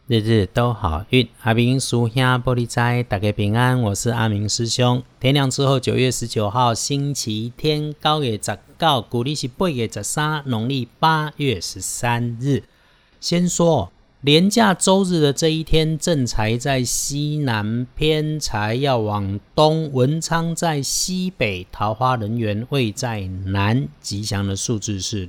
日日都好运，阿明师兄玻璃斋，大家平安，我是阿明师兄。天亮之后，9月19号星期天，9月19，古历是8月13，农历8月13日。先说连假周日的这一天，正财在西南，偏财要往东，文昌在西北，桃花人缘位在南，吉祥的数字是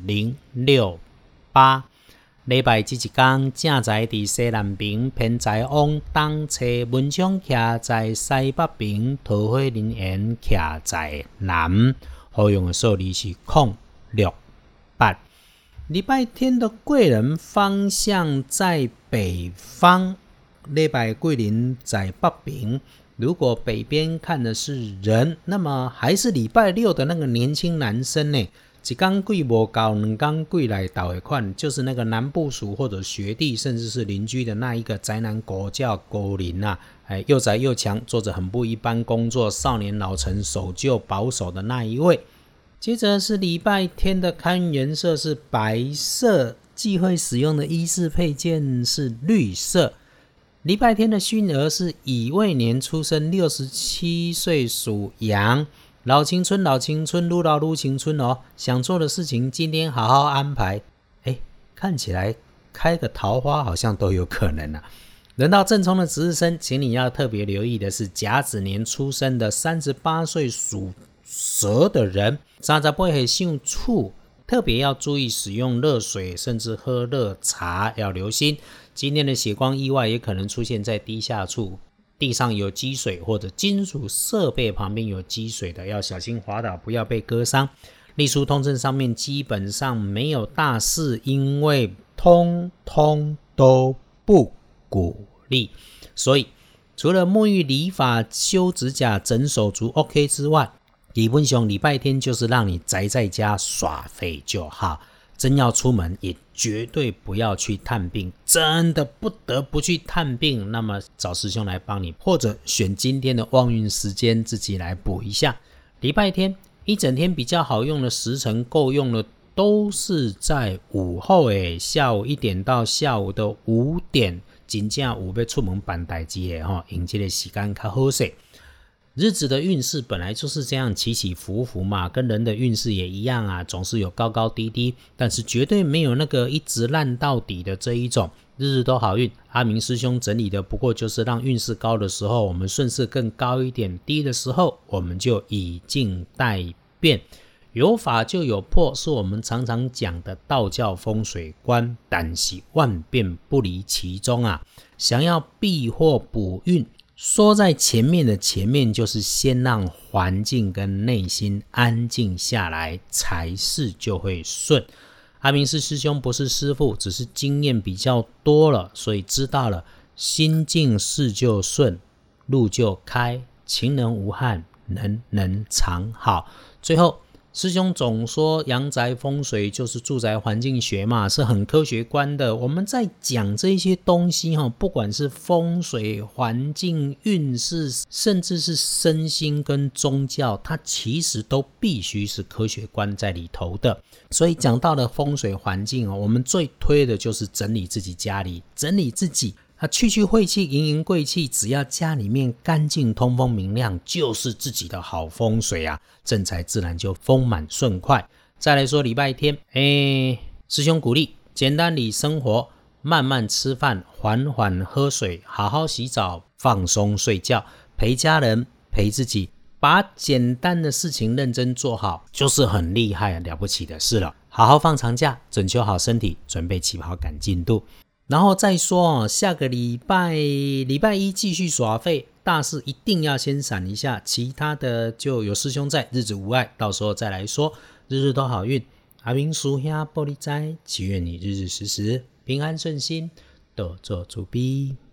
068。礼拜这一天，正财在西南边，偏财往东侧，文昌徛在西北边，桃花人缘徛在南。好用的数字是068。礼拜天的贵人方向在北方，礼拜贵人在北边。如果北边看的是人，那么还是礼拜六的那个年轻男生呢？一天贵无够，两天贵来倒的款，就是那个男部属或者学弟，甚至是邻居的那一个宅男国教狗邻啊，又宅又强，做着很不一般工作，少年老成，守旧保守的那一位。接着是礼拜天的开运颜色是白色，忌讳使用的衣饰配件是绿色。礼拜天的戌儿是乙未年出生，67岁属羊。老青春，老青春，愈老愈青春哦！想做的事情，今天好好安排。看起来开个桃花好像都有可能啊。轮到正冲的值日生，请你要特别留意的是甲子年出生的38岁属蛇的人，38岁姓醋，特别要注意使用热水，甚至喝热茶，要留心。今天的血光意外也可能出现在低下处。地上有积水或者金属设备旁边有积水的，要小心滑倒，不要被割伤。历书通胜上面基本上没有大事，因为通通都不鼓励。所以除了沐浴理发、修指甲、整手足 OK 之外，基本上礼拜天就是让你宅在家耍废就好。真要出门也绝对不要去探病，真的不得不去探病，那么找师兄来帮你，或者选今天的旺运时间自己来补一下。礼拜天一整天比较好用的时辰够用的都是在午后下午1点到下午的5点，真正有要出门办代志的用这个时间较好势。日子的运势本来就是这样起起伏伏嘛，跟人的运势也一样啊，总是有高高低低，但是绝对没有那个一直烂到底的这一种。日日都好运，阿明师兄整理的不过就是让运势高的时候我们顺势更高一点，低的时候我们就以静待变。有法就有破，是我们常常讲的道教风水观，但是万变不离其中啊。想要避或补运，说在前面的前面就是先让环境跟内心安静下来，财事就会顺。阿明是师兄，不是师父，只是经验比较多了，所以知道了，心静事就顺，路就开，情人无憾，人人常好。最后师兄总说阳宅风水就是住宅环境学嘛，是很科学观的。我们在讲这些东西不管是风水、环境、运势，甚至是身心跟宗教，它其实都必须是科学观在里头的。所以讲到了风水环境我们最推的就是整理自己家里，整理自己去晦气，迎迎贵气，只要家里面干净通风明亮，就是自己的好风水啊，正财自然就丰满顺快。再来说礼拜天，师兄鼓励简单理生活，慢慢吃饭，缓缓喝水，好好洗澡，放松睡觉，陪家人，陪自己，把简单的事情认真做好，就是很厉害了不起的事了。好好放长假，整修好身体，准备起跑赶进度。然后再说下个礼拜一继续耍废，大事一定要先闪一下，其他的就有师兄在，日子无碍，到时候再来说。日日都好运，阿明叔兄玻璃斋，祈愿你日日时时平安顺心，多做主逼。